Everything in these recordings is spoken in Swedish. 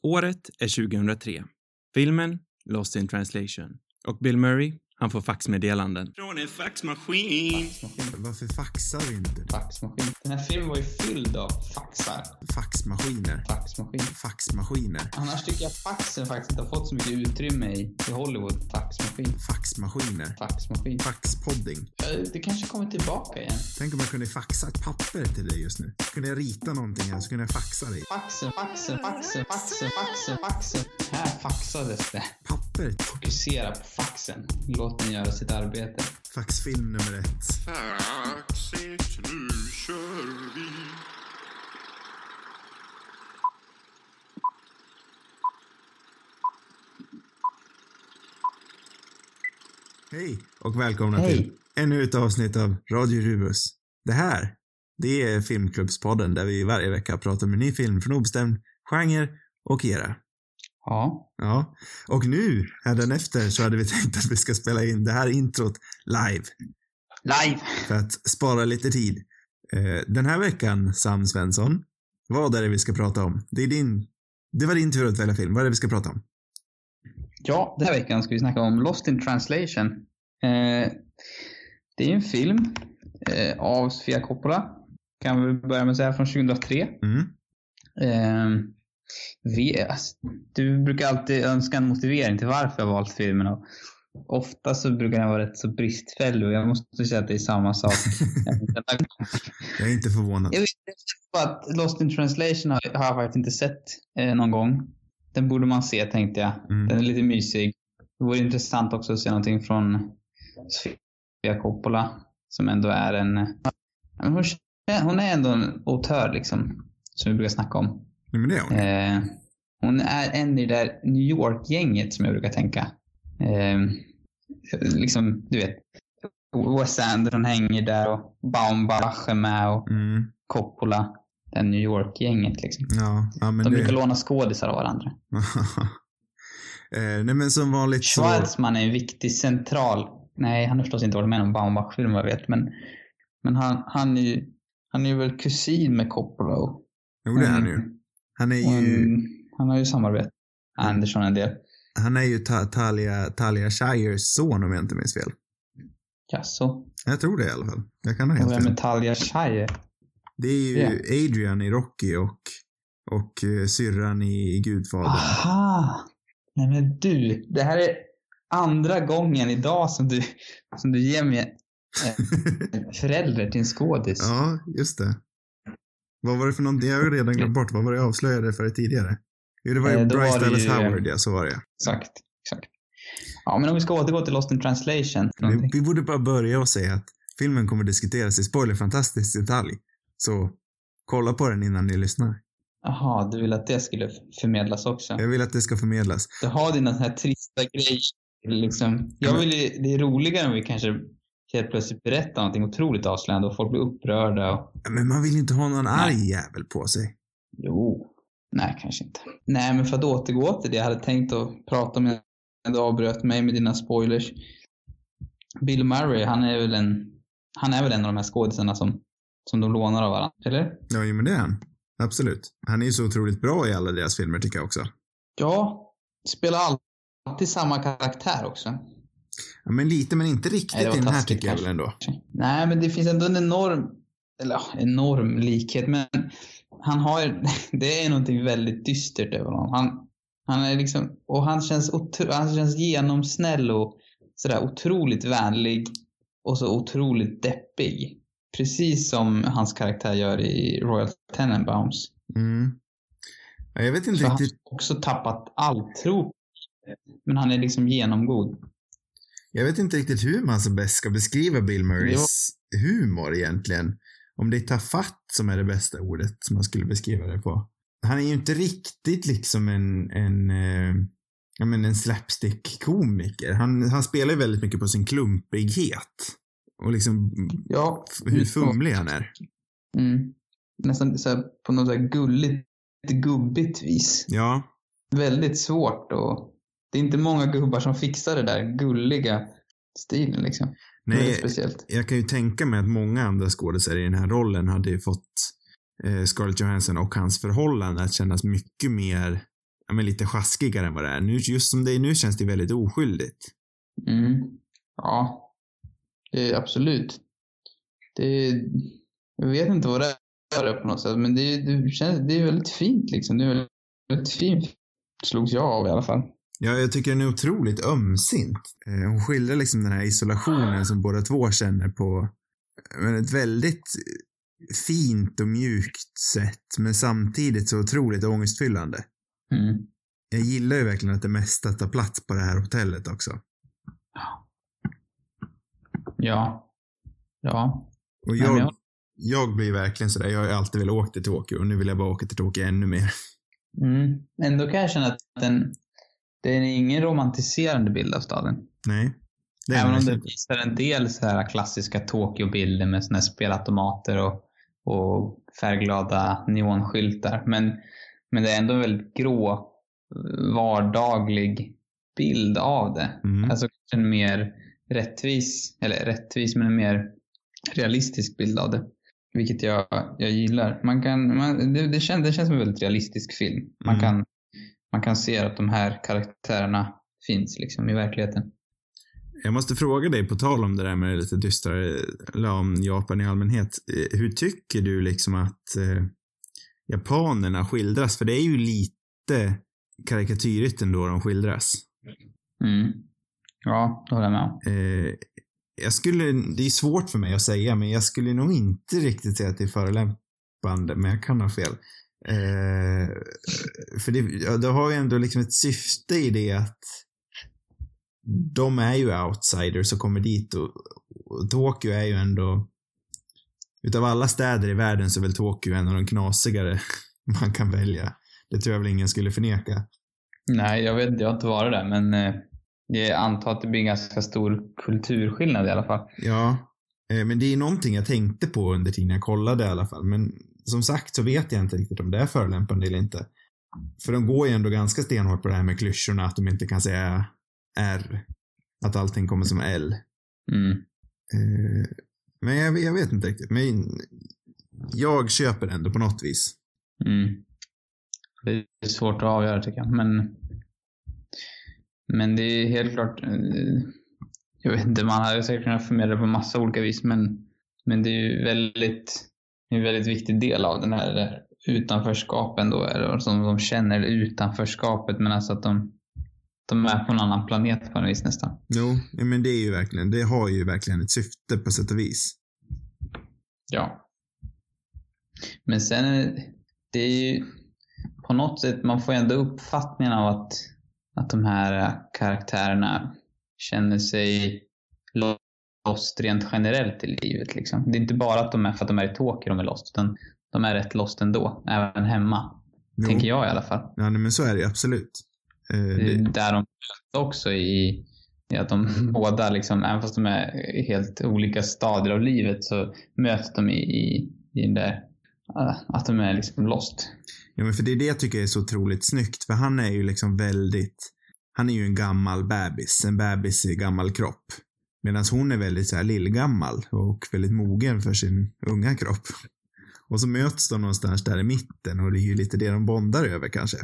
Året är 2003. Filmen Lost in Translation. Och Bill Murray, han får faxmeddelanden från en faxmaskin. Varför faxar vi inte? Faxmaskin. Den här filmen var ju fylld av faxar. Faxmaskiner. Faxmaskiner. Annars tycker jag faxen faktiskt inte har fått så mycket utrymme i Hollywood. Faxmaskiner. Faxpodding. Det kanske kommer tillbaka igen. Tänk om jag kunde faxa ett papper till dig just nu. Kunde jag rita någonting här så kunde jag faxa dig. Faxen. Här faxades det. Papper. Fokusera på faxen. Låt den göra sitt arbete. Faxfilm nummer 1. Faxigt, nu kör vi. Hej och välkomna till ännu ett avsnitt av Radio Rubus. Det är Filmklubbspodden där vi varje vecka pratar om en ny film från obestämd genre och era. Ja. Och nu, hädanefter, så hade vi tänkt att vi ska spela in det här introt live. För att spara lite tid. Den här veckan, Sam Svensson, vad är det vi ska prata om? Det var din tur att välja film. Vad är det vi ska prata om? Ja, den här veckan ska vi snacka om Lost in Translation. Det är en film av Sofia Coppola. Kan vi börja med att säga från 2003. Du brukar alltid önska en motivering till varför jag valt filmen. Och ofta så brukar den vara rätt så bristfällig. Och jag måste säga att det är samma sak. Jag är inte förvånad. Jag vet att Lost in Translation har jag faktiskt inte sett någon gång. Den borde man se, tänkte jag. Den är lite mysig. Det vore intressant också att se någonting från Sofia Coppola. Som ändå är hon är ändå en autör liksom. Som vi brukar snacka om. Nej, men det är hon. Hon är en i det där New York-gänget som jag brukar tänka. Liksom, du vet. Wes Anderson hänger där. Och Baumbach är med. Och Coppola. Den New York-gänget liksom. Ja, men de brukar låna skådisar av varandra. Nej, men som vanligt så... Schwarzman är en viktig central... Nej, han har förstås inte varit med om Baumbach-film, jag vet. Men han är ju väl kusin med Coppola. Jo, det är han ju. Han har ju samarbetat med Anderson en del. Han är ju Talia Shires son, om jag inte minns fel. Jaså? Jag tror det i alla fall. Jag kan ha helt fel. Med Talia Shire? Det är ju Adrian i Rocky och syrran i Gudfadern. Aha! Nej men du, det här är andra gången idag som du ger mig förälder till en skådis. Ja, just det. Vad var det för någonting? Jag har redan glömt bort. Vad var det jag avslöjade för tidigare? Jo, det var ju Bryce Dallas Howard, ja, så var det. Exakt. Ja, men om vi ska återgå till Lost in Translation. Vi borde bara börja och säga att filmen kommer diskuteras i spoilerfantastisk detalj. Så kolla på den innan ni lyssnar. Jaha, du vill att det skulle förmedlas också? Jag vill att det ska förmedlas. Du har dina här trista grejer. Liksom. Det är roligare om vi kanske helt plötsligt berättar någonting otroligt avslöjande och folk blir upprörda. Men man vill inte ha någon arg jävel på sig. Jo, nej kanske inte. Nej, men för att återgå till det jag hade tänkt att prata om när du avbröt mig med dina spoilers. Bill Murray, han är väl en av de här skådisarna som de lånar av varandra, eller? Ja, men det är han. Absolut. Han är ju så otroligt bra i alla deras filmer, tycker jag också. Ja, spelar alltid samma karaktär också. Ja, men lite, men inte riktigt i den här tycker jag väl ändå. Nej, men det finns ändå en enorm likhet. Men han har det är någonting väldigt dystert över honom. Han är liksom, och han känns genomsnäll och sådär otroligt vänlig och så otroligt deppig. Precis som hans karaktär gör i Royal Tenenbaums. Ja, jag vet inte så riktigt. Han har också tappat all tro. Men han är liksom genomgod. Jag vet inte riktigt hur man som bäst ska beskriva Bill Murrays humor egentligen. Om det är tafatt som är det bästa ordet som man skulle beskriva det på. Han är ju inte riktigt liksom en slapstick-komiker. Han spelar ju väldigt mycket på sin klumpighet. Och liksom hur fumlig han är. Nästan så här, på något så här gulligt, gubbigt vis. Ja. Väldigt svårt och det är inte många gubbar som fixar det där gulliga stilen liksom. Nej, speciellt. Jag kan ju tänka mig att många andra skådespelare i den här rollen hade ju fått Scarlett Johansson och hans förhållande att kännas mycket mer lite sjaskigare än vad det är. Nu, just som det är nu känns det väldigt oskyldigt. Ja, absolut. Jag vet inte vad det är på något sätt, men det är väldigt fint liksom. Det är väldigt fint, slogs jag av i alla fall. Ja, jag tycker den är otroligt ömsint. Hon skildrar liksom den här isolationen som båda två känner på ett väldigt fint och mjukt sätt, men samtidigt så otroligt ångestfyllande. Jag gillar ju verkligen att det mesta tar plats på det här hotellet också. Ja. Och jag blir verkligen sådär, jag har alltid velat åka till Tokyo och nu vill jag bara åka till Tokyo ännu mer. Ändå kan jag känna att det är ingen romantiserande bild av staden. Nej. Även om det visar en del så här klassiska Tokyo-bilder med såna här spelautomater och färgglada neonskyltar. Men det är ändå en väldigt grå, vardaglig bild av det. Alltså en mer rättvis, men en mer realistisk bild av det. Vilket jag gillar. Det känns som en väldigt realistisk film. Man kan se att de här karaktärerna finns liksom i verkligheten. Jag måste fråga dig på tal om det där med lite dystrare, eller om Japan i allmänhet. Hur tycker du liksom att japanerna skildras? För det är ju lite karikatyrigt ändå de skildras. Ja, det håller jag med om. Det är svårt för mig att säga, men jag skulle nog inte riktigt säga att det är förolämpande, men jag kan ha fel. För det har ju ändå liksom ett syfte i det att de är ju outsiders och kommer dit och Tokyo är ju ändå, utav alla städer i världen så är väl Tokyo en av de knasigare man kan välja. Det tror jag väl ingen skulle förneka. Nej, jag har inte varit där, men jag antar att det blir en ganska stor kulturskillnad i alla fall. Ja, men det är någonting jag tänkte på under tiden jag kollade i alla fall. Men som sagt så vet jag inte riktigt om det är förolämpande eller inte. För de går ju ändå ganska stenhårt på det här med klyschorna, att de inte kan säga R, att allting kommer som L. Men jag vet inte riktigt. Men jag köper ändå på något vis. Det är svårt att avgöra tycker jag. Men det är helt klart, jag vet inte, man hade säkert kunnat förmedla på massa olika vis, men det är ju en väldigt viktig del av den här utanförskapen då, eller som de känner utanförskapet, men alltså att de är på en annan planet på en vis nästan. Jo, men det har ju verkligen ett syfte på sätt och vis. Ja. Men sen, det är ju på något sätt, man får ändå uppfattningen av att de här karaktärerna känner sig lost rent generellt i livet liksom. Det är inte bara att de är för att de är i Tokyo de är lost, utan de är rätt lost ändå, även hemma. Jo. Tänker jag i alla fall. Ja, men så är det absolut. Där de också i att de båda liksom, även fast de är helt olika stadier av livet, så möts de i den där, att de är liksom lost. Ja, men för det är det jag tycker är så otroligt snyggt, för han är ju liksom han är ju en gammal bebis, en bebis i gammal kropp. Medan hon är väldigt så här lillgammal och väldigt mogen för sin unga kropp. Och så möts de någonstans där i mitten, och det är ju lite det de bondar över kanske.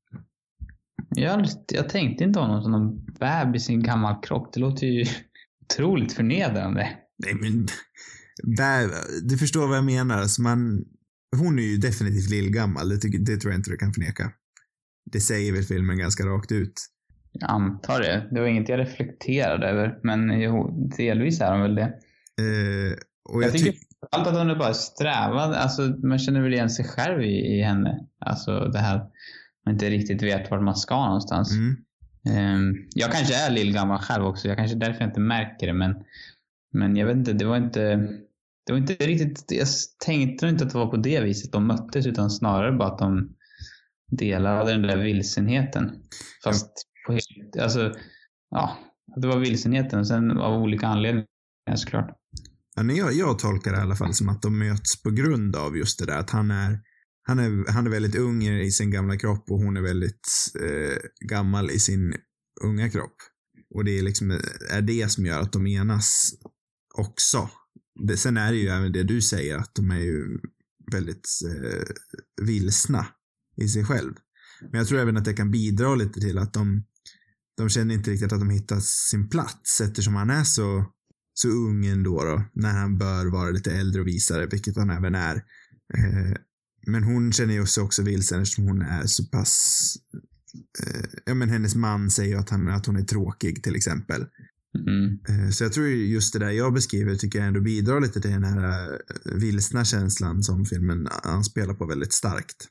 Jag tänkte inte ha någon som någon bebis i en gammal kropp. Det låter ju otroligt förnedrande. Nej, men du förstår vad jag menar. Alltså hon är ju definitivt lillgammal. Det tror jag inte du kan förneka. Det säger väl filmen ganska rakt ut. Jag antar det. Det var inget jag reflekterade över. Men delvis är hon väl det. Och jag tycker allt att hon är bara strävad. Alltså, man känner väl igen sig själv i henne. Alltså det här, man inte riktigt vet vart man ska någonstans. Jag kanske är lillgammal själv också. Jag kanske därför inte märker det. Men jag vet inte, det var inte riktigt, jag tänkte inte att det var på det viset de möttes, utan snarare bara att de delade den där vilsenheten. Fast på helt, alltså, ja, det var vilsenheten och sen av olika anledningar såklart. Ja, jag tolkar det i alla fall som att de möts på grund av just det där, att han är väldigt ung i sin gamla kropp och hon är väldigt gammal i sin unga kropp. Och det är liksom det som gör att de enas också. Sen är det ju även det du säger, att de är ju väldigt vilsna i sig själv. Men jag tror även att det kan bidra lite till att de känner inte riktigt att de hittar sin plats eftersom han är så ung ändå då, när han bör vara lite äldre och visare, vilket han även är. Men hon känner ju också vilsen eftersom hon är så pass men hennes man säger att hon är tråkig till exempel. Så jag tror just det där jag beskriver tycker jag ändå bidrar lite till den här vilsna känslan som filmen anspelar på väldigt starkt.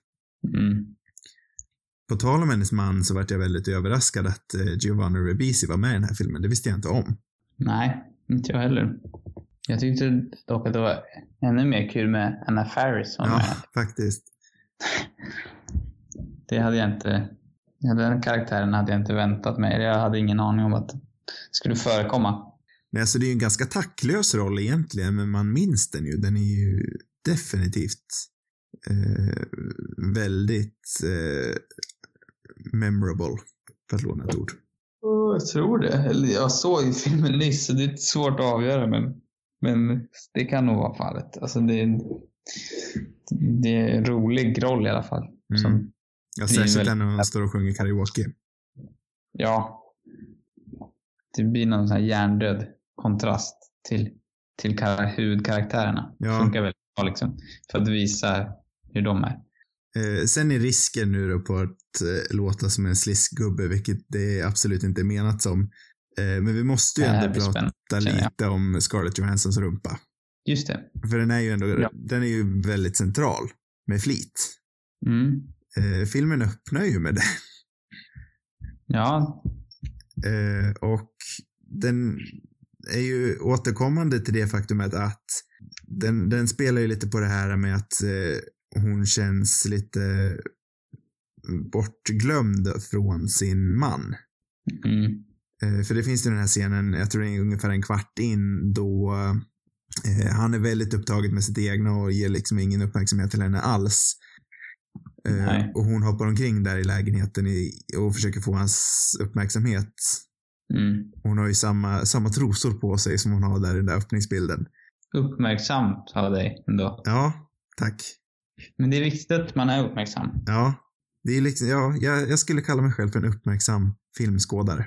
På tal om hennes man så vart jag väldigt överraskad att Giovanni Ribisi var med i den här filmen. Det visste jag inte om. Nej, inte jag heller. Jag tyckte dock att det var ännu mer kul med Anna Faris. Ja, faktiskt. Det hade jag inte... Den karaktären hade jag inte väntat mig. Jag hade ingen aning om att det skulle förekomma. Nej, alltså det är ju en ganska tacklös roll egentligen, men man minns den ju. Den är ju definitivt väldigt memorable, för att låna ett ord. Jag tror det. Eller jag såg i filmen nyss, så det är svårt att avgöra, men det kan nog vara fallet. Alltså det är en rolig roll i alla fall. Som ja, särskilt när han står och sjunger karaoke. Ja. Det blir någon sån här hjärndöd kontrast till huvudkaraktärerna. Ja. Det funkar väldigt bra liksom, för att visa hur de är. Sen är risken nu då på att låta som en sliskgubbe, vilket det absolut inte är menat som. Men vi måste ju ändå prata lite om Scarlett Johanssons rumpa. Just det. För den är ju ändå den är ju väldigt central med flit. Filmen öppnar ju med det. Ja. Och den är ju återkommande till det faktumet att den spelar ju lite på det här med att hon känns lite bortglömd från sin man. För det finns ju den här scenen, jag tror det är ungefär en kvart in, då han är väldigt upptagen med sitt egna och ger liksom ingen uppmärksamhet till henne alls. Och hon hoppar omkring där i lägenheten och försöker få hans uppmärksamhet. Hon har ju samma trosor på sig som hon har där i den där öppningsbilden. Uppmärksamt av dig ändå. Ja, tack. Men det är viktigt att man är uppmärksam. Ja, det är liksom, jag skulle kalla mig själv för en uppmärksam filmskådare.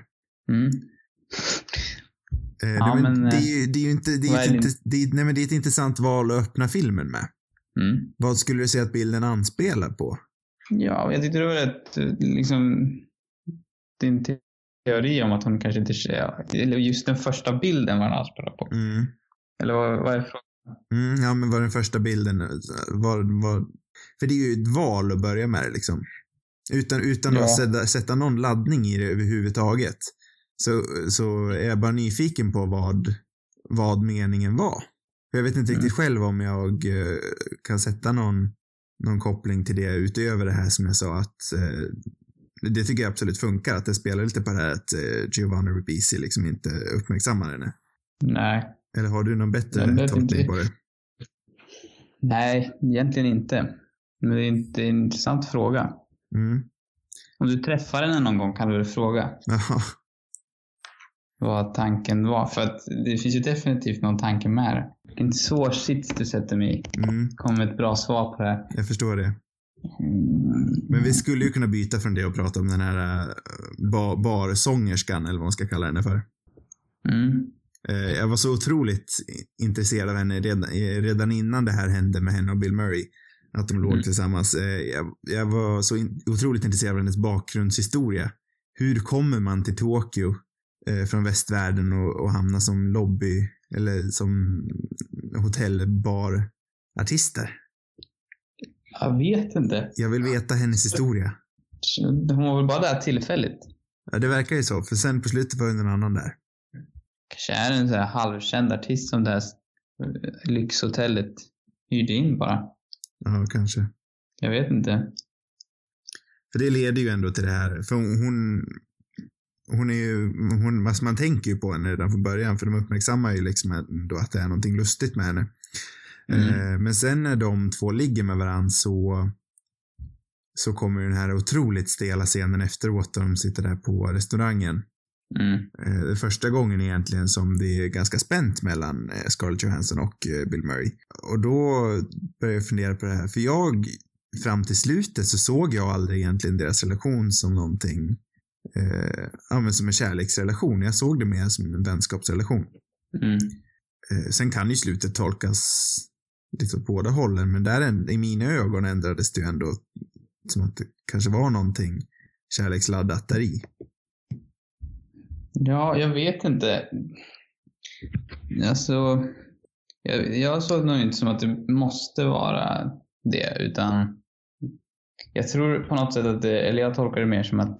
Det är ju inte det är ett intressant val att öppna filmen med. Vad skulle du säga att bilden anspelar på? Ja, jag tyckte det var rätt liksom din teori om att hon kanske inte eller just den första bilden var den anspelar på. Eller vad är frågan? Ja, men vad den första bilden var för det är ju ett val att börja med det liksom. Utan att sätta någon laddning i det överhuvudtaget. Så är jag bara nyfiken på vad meningen var. Jag vet inte riktigt själv om jag kan sätta någon koppling till det utöver det här som jag sa att det tycker jag absolut funkar, att det spelar lite på det här att Giovanni Ribisi liksom inte uppmärksammar henne. Nej. Eller har du någon bättre tolkning på det? Nej, egentligen inte. Men det är en intressant fråga. Om du träffar henne någon gång kan du väl fråga? Jaha. Vad tanken var. För att det finns ju definitivt någon tanke med det. Inte så shit du sätter mig i. Kom med ett bra svar på det. Jag förstår det. Men vi skulle ju kunna byta från det och prata om den här barsångerskan, eller vad man ska kalla henne för. Jag var så otroligt intresserad av henne redan innan det här hände med henne och Bill Murray. Att de låg tillsammans. Jag var så otroligt intresserad av hennes bakgrundshistoria. Hur kommer man till Tokyo från västvärlden och hamna som lobby eller som hotellbarartister? Jag vet inte. Jag vill veta hennes historia. Hon var väl bara där tillfälligt? Ja, det verkar ju så. För sen på slutet var det någon annan där. Kanske är en så här halvkänd artist som det här lyxhotellet hyrde in bara. Ja, kanske. Jag vet inte. För det leder ju ändå till det här. För hon är ju, alltså man tänker ju på henne redan från början, för de uppmärksammar ju liksom då att det är någonting lustigt med henne. Men sen när de två ligger med varandra så kommer den här otroligt stela scenen efteråt, och de sitter där på restaurangen. Det första gången egentligen som det är ganska spänt mellan Scarlett Johansson och Bill Murray. Och då börjar jag fundera på det här, för fram till slutet så såg jag aldrig egentligen deras relation som någonting som en kärleksrelation. Jag såg det mer som en vänskapsrelation. Sen kan ju slutet tolkas lite åt båda hållen, men där i mina ögon ändrades det ju ändå som att det kanske var någonting kärleksladdat där i. Ja, jag vet inte. Alltså, jag såg nog inte som att det måste vara det, utan jag tror på något sätt att eller jag tolkar det mer som att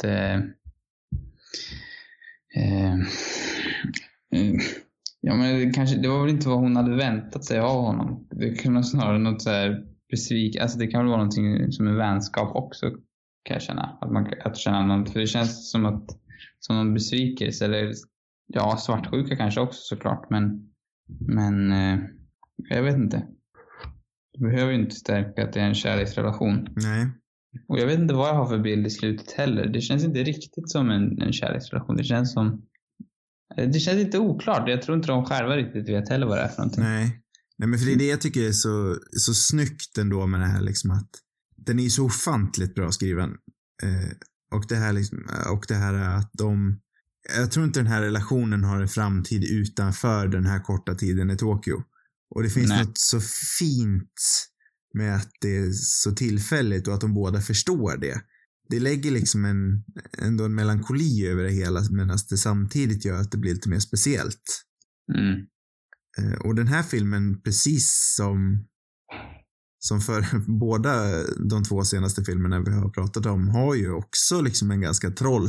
ja, men det var väl inte vad hon hade väntat sig av honom. Det kunde snarare något så här alltså det kan väl vara någonting som en vänskap också, kan jag känna. Att känna något, för det känns som en besvikelse, eller ja, svartsjuka kanske också såklart, men jag vet inte. Det behöver ju inte stärka att det är en kärleksrelation. Nej. Och jag vet inte vad jag har för bild i slutet heller. Det känns inte riktigt som en kärleksrelation. Det känns lite oklart. Jag tror inte de själva riktigt vet heller vad det är för någonting. Nej, men för det är det jag tycker är så snyggt ändå med det här liksom, att den är så ofantligt bra skriven. Och det här att jag tror inte den här relationen har en framtid utanför den här korta tiden i Tokyo. Och det finns något så fint med att det är så tillfälligt och att de båda förstår det. Det lägger liksom ändå en melankoli över det hela, medan det samtidigt gör att det blir lite mer speciellt. Och den här filmen, precis som för båda de två senaste filmerna vi har pratat om, har ju också liksom en ganska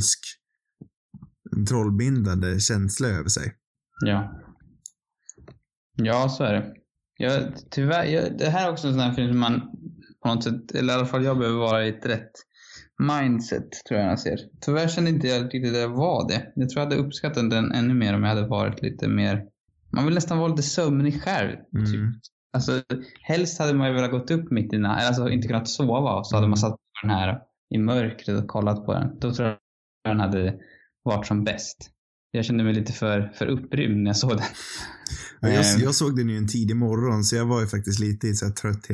trollbindande känsla över sig. Ja, så är det. Tyvärr, det här är också en sån här film som man på något sätt, eller i alla fall jag behöver vara i ett rätt mindset, tror jag ser. Tyvärr kände inte jag riktigt att jag var det. Jag tror jag hade uppskattat den ännu mer om jag hade varit lite mer, man vill nästan vara lite sömnig själv. Typ. Alltså, helst hade man ju velat gått upp mitt i natten, alltså inte kunnat sova, och så hade man satt på den här i mörkret och kollat på den. Då tror jag den hade varit som bäst. Jag kände mig lite för upprymd när jag såg den. Ja, jag såg den ju en tidig morgon, så jag var ju faktiskt lite i så här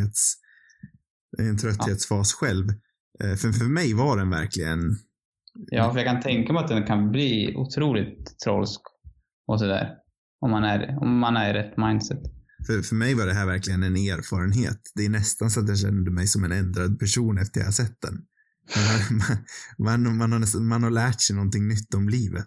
trötthetsfas själv. För mig var den verkligen... Ja, för jag kan tänka mig att den kan bli otroligt trollsk och sådär. Om man är i rätt mindset. För mig var det här verkligen en erfarenhet. Det är nästan så att jag kände mig som en ändrad person efter jag sett den. Man har lärt sig någonting nytt om livet.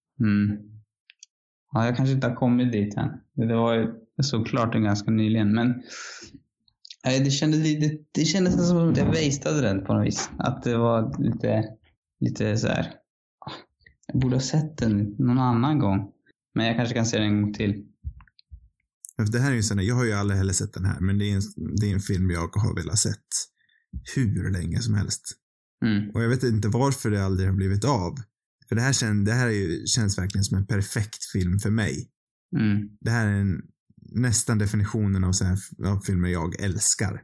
Ja, jag kanske inte har kommit dit än. Det var ju såklart en ganska nyligen, men det kändes som att jag wastade den på något vis. Att det var lite så här. Jag borde ha sett den någon annan gång, men jag kanske kan se den en gång till. Det här är ju sån, jag har ju aldrig heller sett den här, men det är en film jag har velat sett hur länge som helst. Och jag vet inte varför det aldrig har blivit av. För det här känns verkligen som en perfekt film för mig. Det här är nästan definitionen av av filmer jag älskar.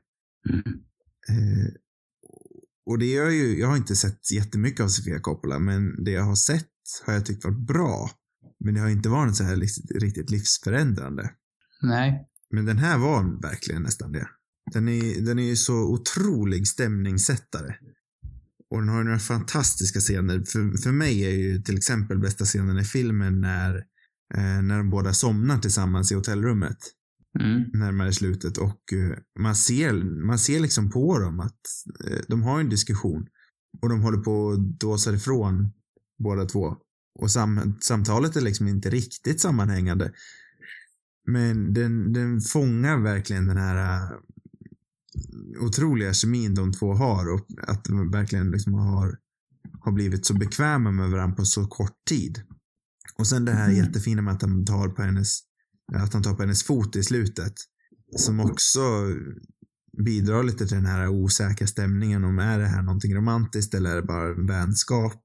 Och det gör ju, jag har inte sett jättemycket av Sofia Coppola, men det jag har sett har jag tyckt varit bra. Men det har inte varit så här riktigt livsförändrande. Nej. Men den här var verkligen nästan det. Den är ju så otrolig stämningssättare. Och den har några fantastiska scener. För mig är ju till exempel bästa scenen i filmen när de båda somnar tillsammans i hotellrummet. Närmare slutet. Och man ser liksom på dem att de har en diskussion. Och de håller på att dåsa ifrån båda två. Och samtalet är liksom inte riktigt sammanhängande. Men den fångar verkligen den här otroliga kemin de två har, och att de verkligen liksom har blivit så bekväma med varandra på så kort tid. Och sen det här jättefina med att han tar på hennes fot i slutet, som också bidrar lite till den här osäkra stämningen om är det här någonting romantiskt eller är det bara en vänskap.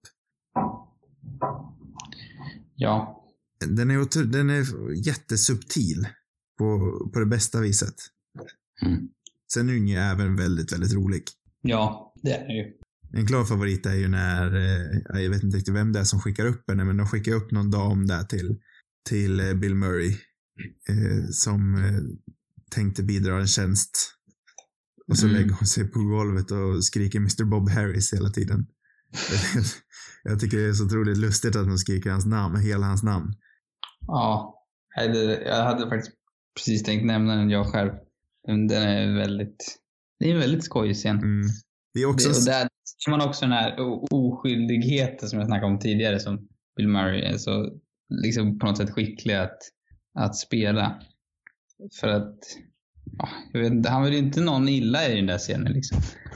Ja. Den är jättesubtil på det bästa viset. Sen är den ju även väldigt, väldigt rolig. Ja, det är det ju. En klar favorit är ju när, jag vet inte riktigt vem det är som skickar upp henne, men de skickar upp någon dam där till Bill Murray som tänkte bidra en tjänst. Och så lägger hon sig på golvet och skriker Mr. Bob Harris hela tiden. Jag tycker det är så otroligt lustigt att hon skriker hans namn, hela hans namn. Ja, jag hade faktiskt precis tänkt nämna den jag själv. Det är en väldigt skojig scen. Det är också... och där ser man också den här oskyldigheten som jag snackade om tidigare, som Bill Murray är så liksom på något sätt skicklig att spela. För att jag vet inte, han vill ju inte någon illa i den där scenen liksom.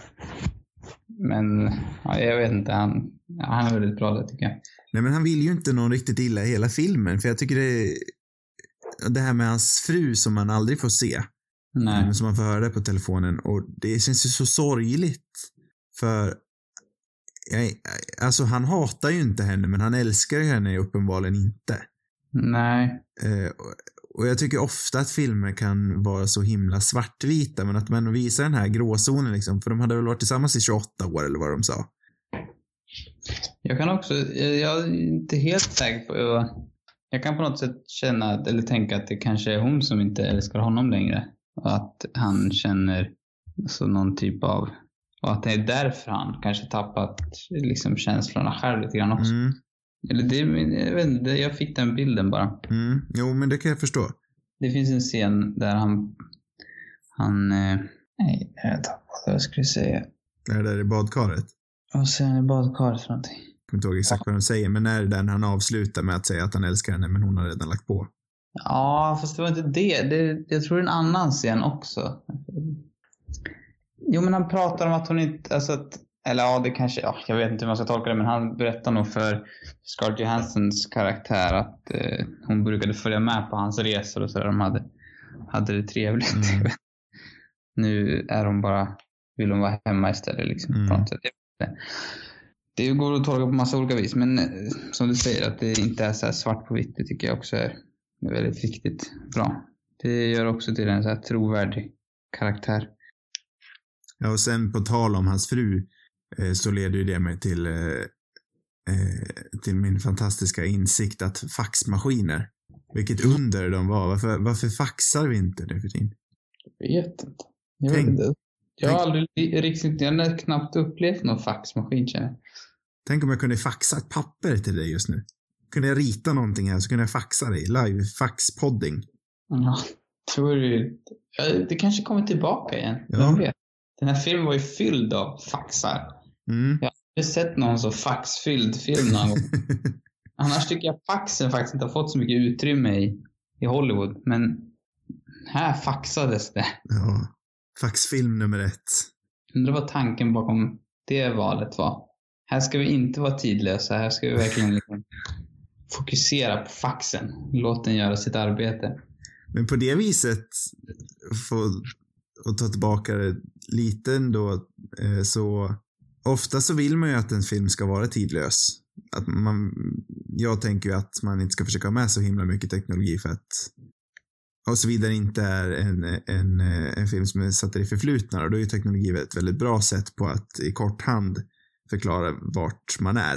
Men jag vet inte, han är väldigt bra där tycker jag. Nej, men han vill ju inte någon riktigt illa i hela filmen. För jag tycker det här med hans fru som man aldrig får se. Nej. Som man får höra på telefonen. Och det känns ju så sorgligt. För alltså han hatar ju inte henne, men han älskar ju henne uppenbarligen inte. Nej. Och jag tycker ofta att filmer kan vara så himla svartvita, men att man visar den här gråzonen liksom, för de hade väl varit tillsammans i 28 år eller vad de sa. Jag är inte helt säker på, jag kan på något sätt känna eller tänka att det kanske är hon som inte älskar honom längre, och att han känner så någon typ av, och att det är därför han kanske tappat liksom känslorna själv lite grann också. Eller jag vet inte, jag fick den bilden bara. Jo, men det kan jag förstå. Det finns en scen där nej, jag tappade vad jag skulle säga. Är det där i badkaret? Vad säger han i badkaret för någonting? Jag kommer inte ihåg exakt vad de säger, men är det där han avslutar med att säga att han älskar henne, men hon har redan lagt på? Ja, fast det var inte det. Jag tror det är en annan scen också. Jo, men han pratar om att hon inte, alltså att, eller ja, det kanske, jag vet inte hur man ska tolka det, men han berättar nog för Scarlett Johanssons karaktär att hon brukade följa med på hans resor och sådär. De hade det trevligt. Nu är hon vill hon vara hemma istället liksom, på något sätt. Det går att tolka på massa olika vis, men som du säger, att det inte är så här svart på vitt, det tycker jag också är väldigt viktigt. Bra. Det gör också till en så här trovärdig karaktär. Ja, och sen på tal om hans fru så leder ju det mig till min fantastiska insikt att faxmaskiner, vilket under de var. Varför faxar vi inte det för tiden? Jag vet inte. Jag har aldrig riktigt, jag har knappt upplevt någon faxmaskin, känner jag. Tänk om jag kunde faxa ett papper till dig just nu. Kunde jag rita någonting här så kunde jag faxa dig. Live faxpodding. Ja, tror du. Det kanske kommer tillbaka igen. Ja. Vem vet? Den här filmen var ju fylld av faxar. Jag har aldrig sett någon så faxfylld film någon gång. Annars tycker jag faxen faktiskt inte har fått så mycket utrymme i Hollywood. Men här faxades det. Ja, faxfilm nummer 1. Undrar vad tanken bakom det valet var. Här ska vi inte vara tidlösa. Här ska vi verkligen liksom fokusera på faxen. Låt den göra sitt arbete. Men på det viset, för att ta tillbaka det lite ändå, så ofta så vill man ju att en film ska vara tidlös. Jag tänker ju att man inte ska försöka ha med så himla mycket teknologi för att, och så vidare, inte är en film som är satt i det förflutna, och då är ju teknologi ett väldigt bra sätt på att i kort hand förklara vart man är.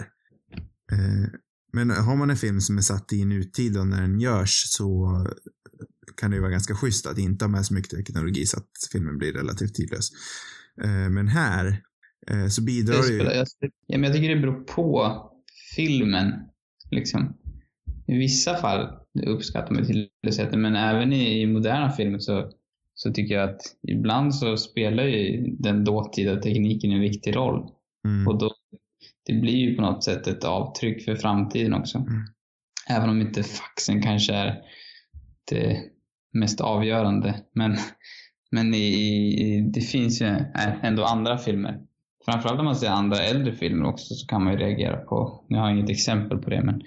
Men har man en film som är satt i nutid och när den görs, så kan det ju vara ganska schysst att inte ha med så mycket teknologi så att filmen blir relativt tidlös. Men här så bidrar det ju... Ja, men jag tycker det beror på filmen. Liksom. I vissa fall uppskattar man tidlösheten, men även i moderna filmer så tycker jag att ibland så spelar ju den dåtida tekniken en viktig roll. Och då det blir ju på något sätt ett avtryck för framtiden också. Även om inte faxen kanske är det mest avgörande. Men det finns ju ändå andra filmer. Framförallt om man ser andra äldre filmer också, så kan man ju reagera på, jag har inget exempel på det, men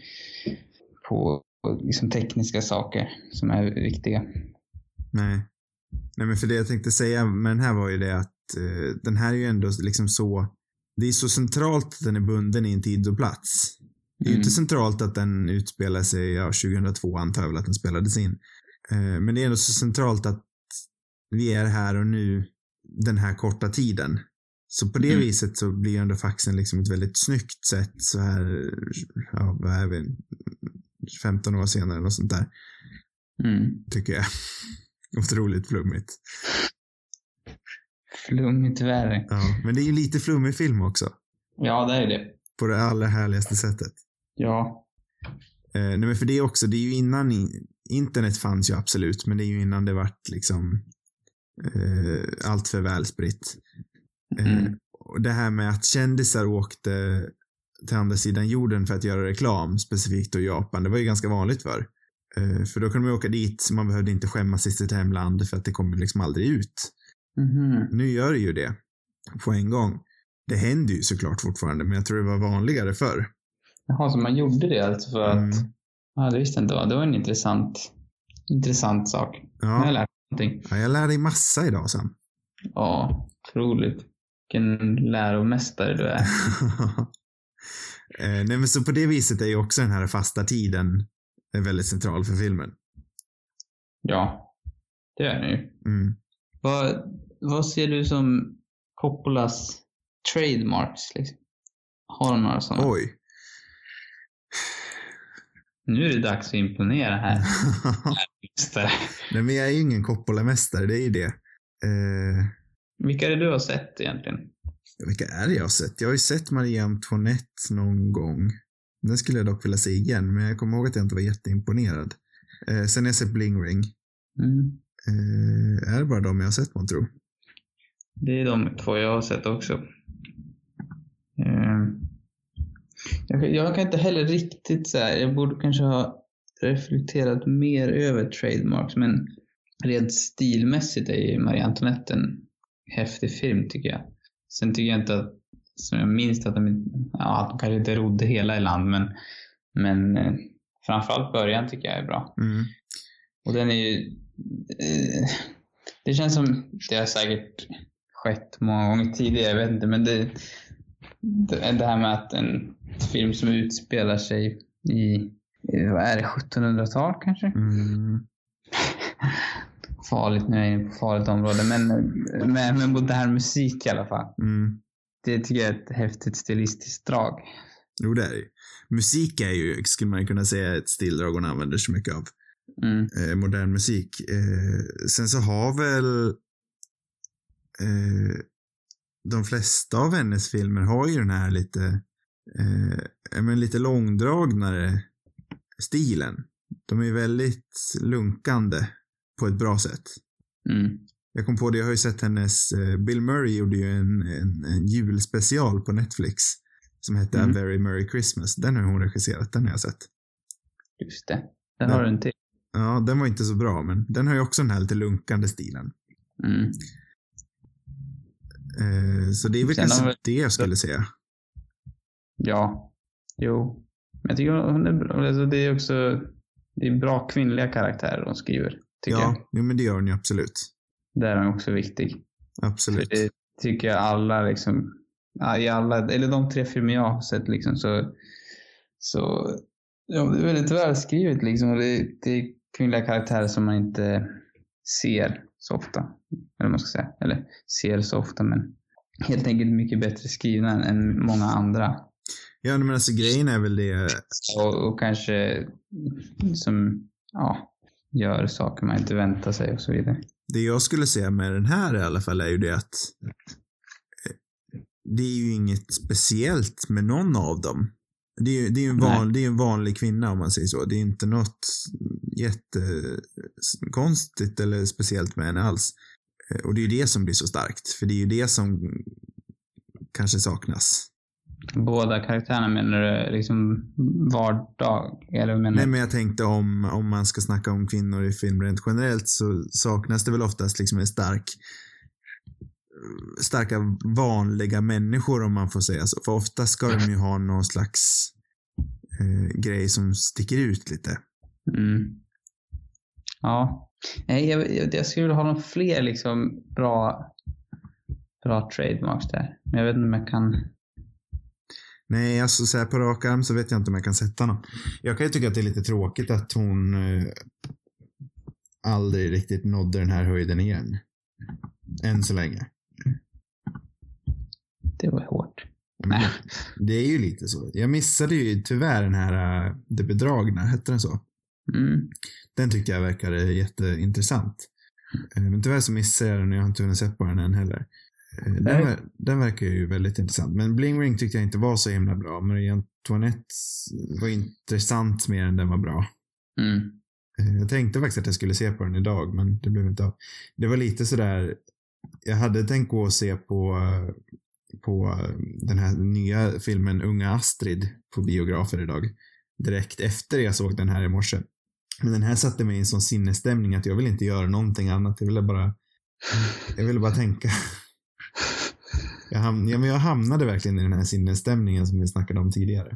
på liksom tekniska saker som är viktiga. Nej, men för det jag tänkte säga med den här var ju det att den här är ju ändå liksom så, det är så centralt att den är bunden i en tid och plats. Det är ju inte centralt att den utspelar sig 2002, antar jag väl att den spelades in. Men det är ändå så centralt att vi är här och nu den här korta tiden. Så på det viset så blir ändå faxen liksom ett väldigt snyggt sätt så här, vad är vi, 15 år senare eller något sånt där. Tycker jag. Otroligt flummigt. Flummigt värre. Ja, men det är ju lite flummig film också. Ja, det är det. På det allra härligaste sättet. Ja. Nej, men för det är också, det är ju innan internet fanns ju absolut, men det är ju innan det vart liksom allt för välspritt. Och det här med att kändisar åkte till andra sidan jorden för att göra reklam, specifikt i Japan, det var ju ganska vanligt för då kunde man åka dit, man behövde inte skämmas i sitt hemland för att det kommer liksom aldrig ut. Nu gör det ju det på en gång. Det händer ju såklart fortfarande, men jag tror det var vanligare förr. Jaha, så man gjorde det alltså för att... Ja, det visste jag inte. Det var en intressant sak. Ja. Jag lärde någonting. Ja, jag lärde dig massa idag, Sam. Ja, otroligt. Vilken läromästare du är. Nej, men så på det viset är ju också den här fasta tiden väldigt central för filmen. Ja, det är den ju. Vad ser du som Coppolas trademarks? Liksom? Har du några sådana? Oj. Nu är det dags att imponera här. Nej, men jag är ju ingen Coppola-mästare, det är ju det. Vilka är det du har sett egentligen? Vilka är det jag har sett? Jag har ju sett Marie Antoinette någon gång. Den skulle jag dock vilja se igen, men jag kommer ihåg att jag inte var jätteimponerad. Sen har jag sett Bling Ring. Är det bara de jag har sett, man tror? Det är de två jag har sett också. Jag kan inte heller riktigt så här. Jag borde kanske ha reflekterat mer över trademarks, men rent stilmässigt är ju Marie Antoinette en häftig film, tycker jag. Sen tycker jag inte att, som jag minns, att de kanske inte rodde hela i land, men framförallt början tycker jag är bra. Och den är ju det känns som det har säkert skett många gånger tidigare, jag vet inte, men det här med att en film som utspelar sig i vad är det, 1700-tal kanske? Farligt, nu är jag inne på farligt område, men modern musik i alla fall. Det tycker jag är ett häftigt stilistiskt drag. Jo, det är det. Musik är ju, skulle man kunna säga, ett stildrag hon använder så mycket av. Modern musik. Sen så har väl de flesta av hennes filmer har ju den här lite långdragnare stilen. De är väldigt lunkande på ett bra sätt. Jag kom på det, jag har ju sett hennes Bill Murray gjorde ju en julspecial på Netflix som hette A Very Merry Christmas. Den har hon regisserat, den har jag sett. Just det, den har du en till. Ja, den var inte så bra, men den har ju också den här lite lunkande stilen. Så det är väl kanske det jag skulle säga. Ja, jo. Men jag tycker hon är bra. Alltså det är också, det är bra kvinnliga karaktärer hon skriver, tycker jag. Ja, men det gör hon ju absolut. Det är hon också viktig. Absolut. För det tycker jag alla liksom, i alla, eller de 3 filmer jag har sett liksom, så ja, det är väldigt välskrivet liksom. Det är kvinnliga karaktärer som man inte ser så ofta. Eller man ska säga. Eller ser så ofta, men helt enkelt mycket bättre skrivna än många andra. Ja, men alltså grejen är väl det. Och kanske som, gör saker man inte väntar sig och så vidare. Det jag skulle säga med den här i alla fall är ju det att det är ju inget speciellt med någon av dem. Det är ju en vanlig kvinna, om man säger så. Det är inte något jättekonstigt eller speciellt med henne alls. Och det är ju det som blir så starkt. För det är ju det som kanske saknas. Båda karaktärerna, menar du liksom vardag? Eller menar... Nej, men jag tänkte om man ska snacka om kvinnor i film rent generellt, så saknas det väl oftast liksom en starka vanliga människor, om man får säga så. För ofta ska de ju ha någon slags grej som sticker ut lite. Ja. Nej, jag skulle vilja ha någon fler liksom bra trademarks där. Men jag vet inte om jag kan... Nej, alltså så här på rak arm så vet jag inte om jag kan sätta någon. Jag kan ju tycka att det är lite tråkigt att hon aldrig riktigt nådde den här höjden igen. Än så länge. Det var hårt. Men det är ju lite så. Jag missade ju tyvärr den här Det bedragna, hette den så? Den tyckte jag verkade jätteintressant. Men tyvärr så missade jag den och jag har inte hunnit sett på den än heller. Den verkar ju väldigt intressant. Men Bling Ring tyckte jag inte var så himla bra. Marie Antoinette var intressant mer än den var bra. Jag tänkte faktiskt att jag skulle se på den idag, men det blev inte av. Det var lite sådär, jag hade tänkt gå och se på den här nya filmen Unga Astrid på biografer idag. Direkt efter jag såg den här i morse. Men den här satte mig i en sån sinnesstämning att jag vill inte göra någonting annat. Jag ville bara tänka. Jag hamnade verkligen i den här sinnesstämningen som vi snackade om tidigare.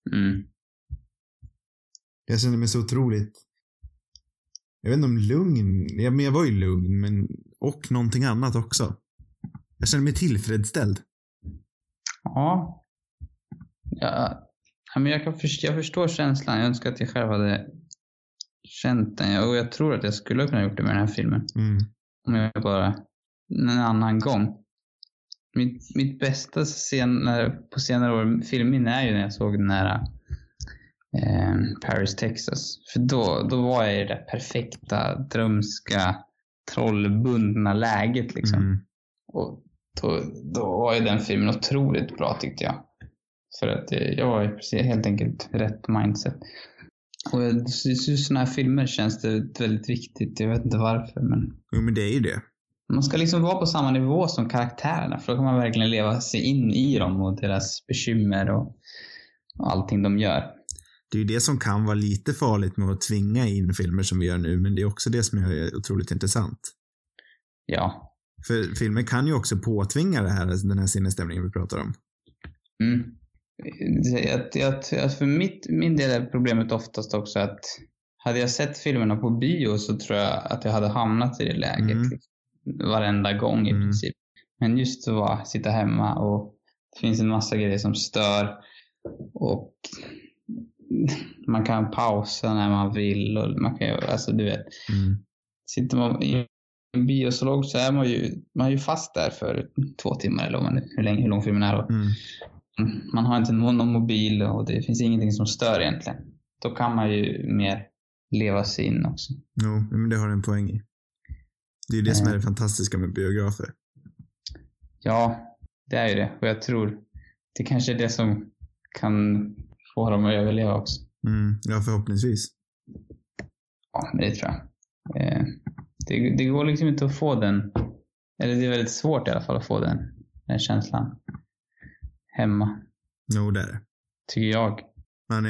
Jag kände mig så otroligt, jag vet inte om lugn. Men jag var ju lugn, och någonting annat också. Jag kände mig tillfredsställd. Ja, men jag förstår känslan. Jag önskar att jag själv hade känt den. Och jag tror att jag skulle kunna gjort det med den här filmen. Om jag bara en annan gång. Mitt bästa på senare år filmminne är ju när jag såg den här Paris, Texas. För då var jag i det perfekta, drömska, trollbundna läget liksom. Och då var ju den filmen otroligt bra, tyckte jag. För att jag var ju helt enkelt rätt mindset. Och just sådana här filmer känns det väldigt viktigt. Jag vet inte varför, men... Jo, men det är ju det. Man ska liksom vara på samma nivå som karaktärerna. För då kan man verkligen leva sig in i dem och deras bekymmer och allting de gör. Det är ju det som kan vara lite farligt med att tvinga in filmer som vi gör nu. Men det är också det som är otroligt intressant. Ja. För filmer kan ju också påtvinga den här sinnesstämningen vi pratar om. För min del är problemet oftast också att hade jag sett filmerna på bio så tror jag att jag hade hamnat i det läget liksom, varenda gång i princip. Men just att sitta hemma och det finns en massa grejer som stör och man kan pausa när man vill och man kan, alltså du vet, sitter man i en biosalong så är man är ju fast där för 2 timmar eller hur lång filmen är då. Man har inte någon mobil och det finns ingenting som stör egentligen. Då kan man ju mer leva sig in också. Jo, men det har en poäng i. Det är ju det som är det fantastiska med biografer. Ja, det är ju det. Och jag tror det kanske är det som kan få dem att överleva också. Ja, förhoppningsvis. Ja, men det tror jag. Det går liksom inte att få den. Eller det är väldigt svårt i alla fall att få den känslan hemma. Jo, det är det. Tycker jag. Men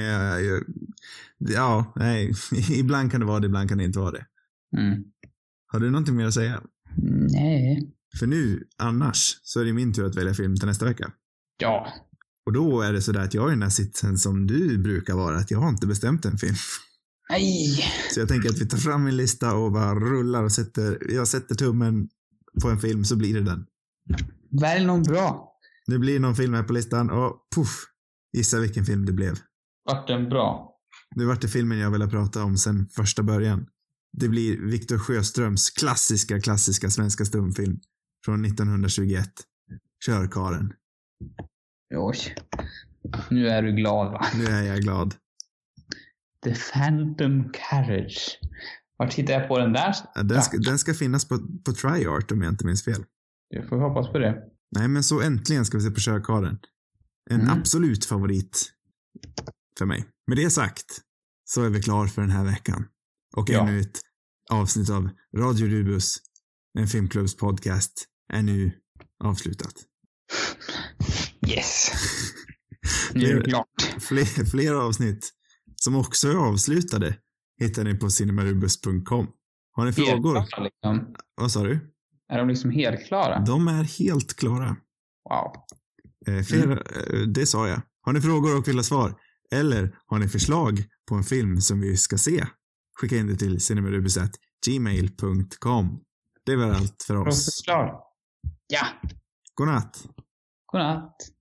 nej. Ibland kan det vara det, ibland kan det inte vara det. Har du någonting mer att säga? Nej. För nu, annars, så är det min tur att välja film till nästa vecka. Ja. Och då är det sådär att jag är i den här sitsen som du brukar vara, att jag har inte bestämt en film. Nej. Så jag tänker att vi tar fram en lista och bara rullar och jag sätter tummen på en film så blir det den. Välj någon bra. Det blir någon film här på listan och puff, gissa vilken film det blev. Vart den bra? Det vart det filmen jag ville prata om sen första början. Det blir Victor Sjöströms klassiska svenska stumfilm från 1921. Körkaren. Oj. Nu är du glad, va? Nu är jag glad. The Phantom Carriage. Vart hittar jag på den där? Den ska finnas på TriArt om jag inte minns fel. Jag får hoppas på det. Nej, men så äntligen ska vi se på Körkaren. En absolut favorit för mig. Med det sagt så är vi klar för den här veckan. Och ännu ett avsnitt av Radio Rubus, en filmklubbspodcast, är nu avslutat. Yes. Nu är det klart. Fler avsnitt som också är avslutade hittar ni på cinemarubus.com. Har ni frågor? Klara, liksom. Vad sa du? Är de liksom helt klara? De är helt klara. Wow. Det sa jag. Har ni frågor och vill ha svar? Eller har ni förslag på en film som vi ska se? Skicka in det till cinemarubus@gmail.com. Det var allt för oss. Klar. Ja. Godnatt. Godnatt.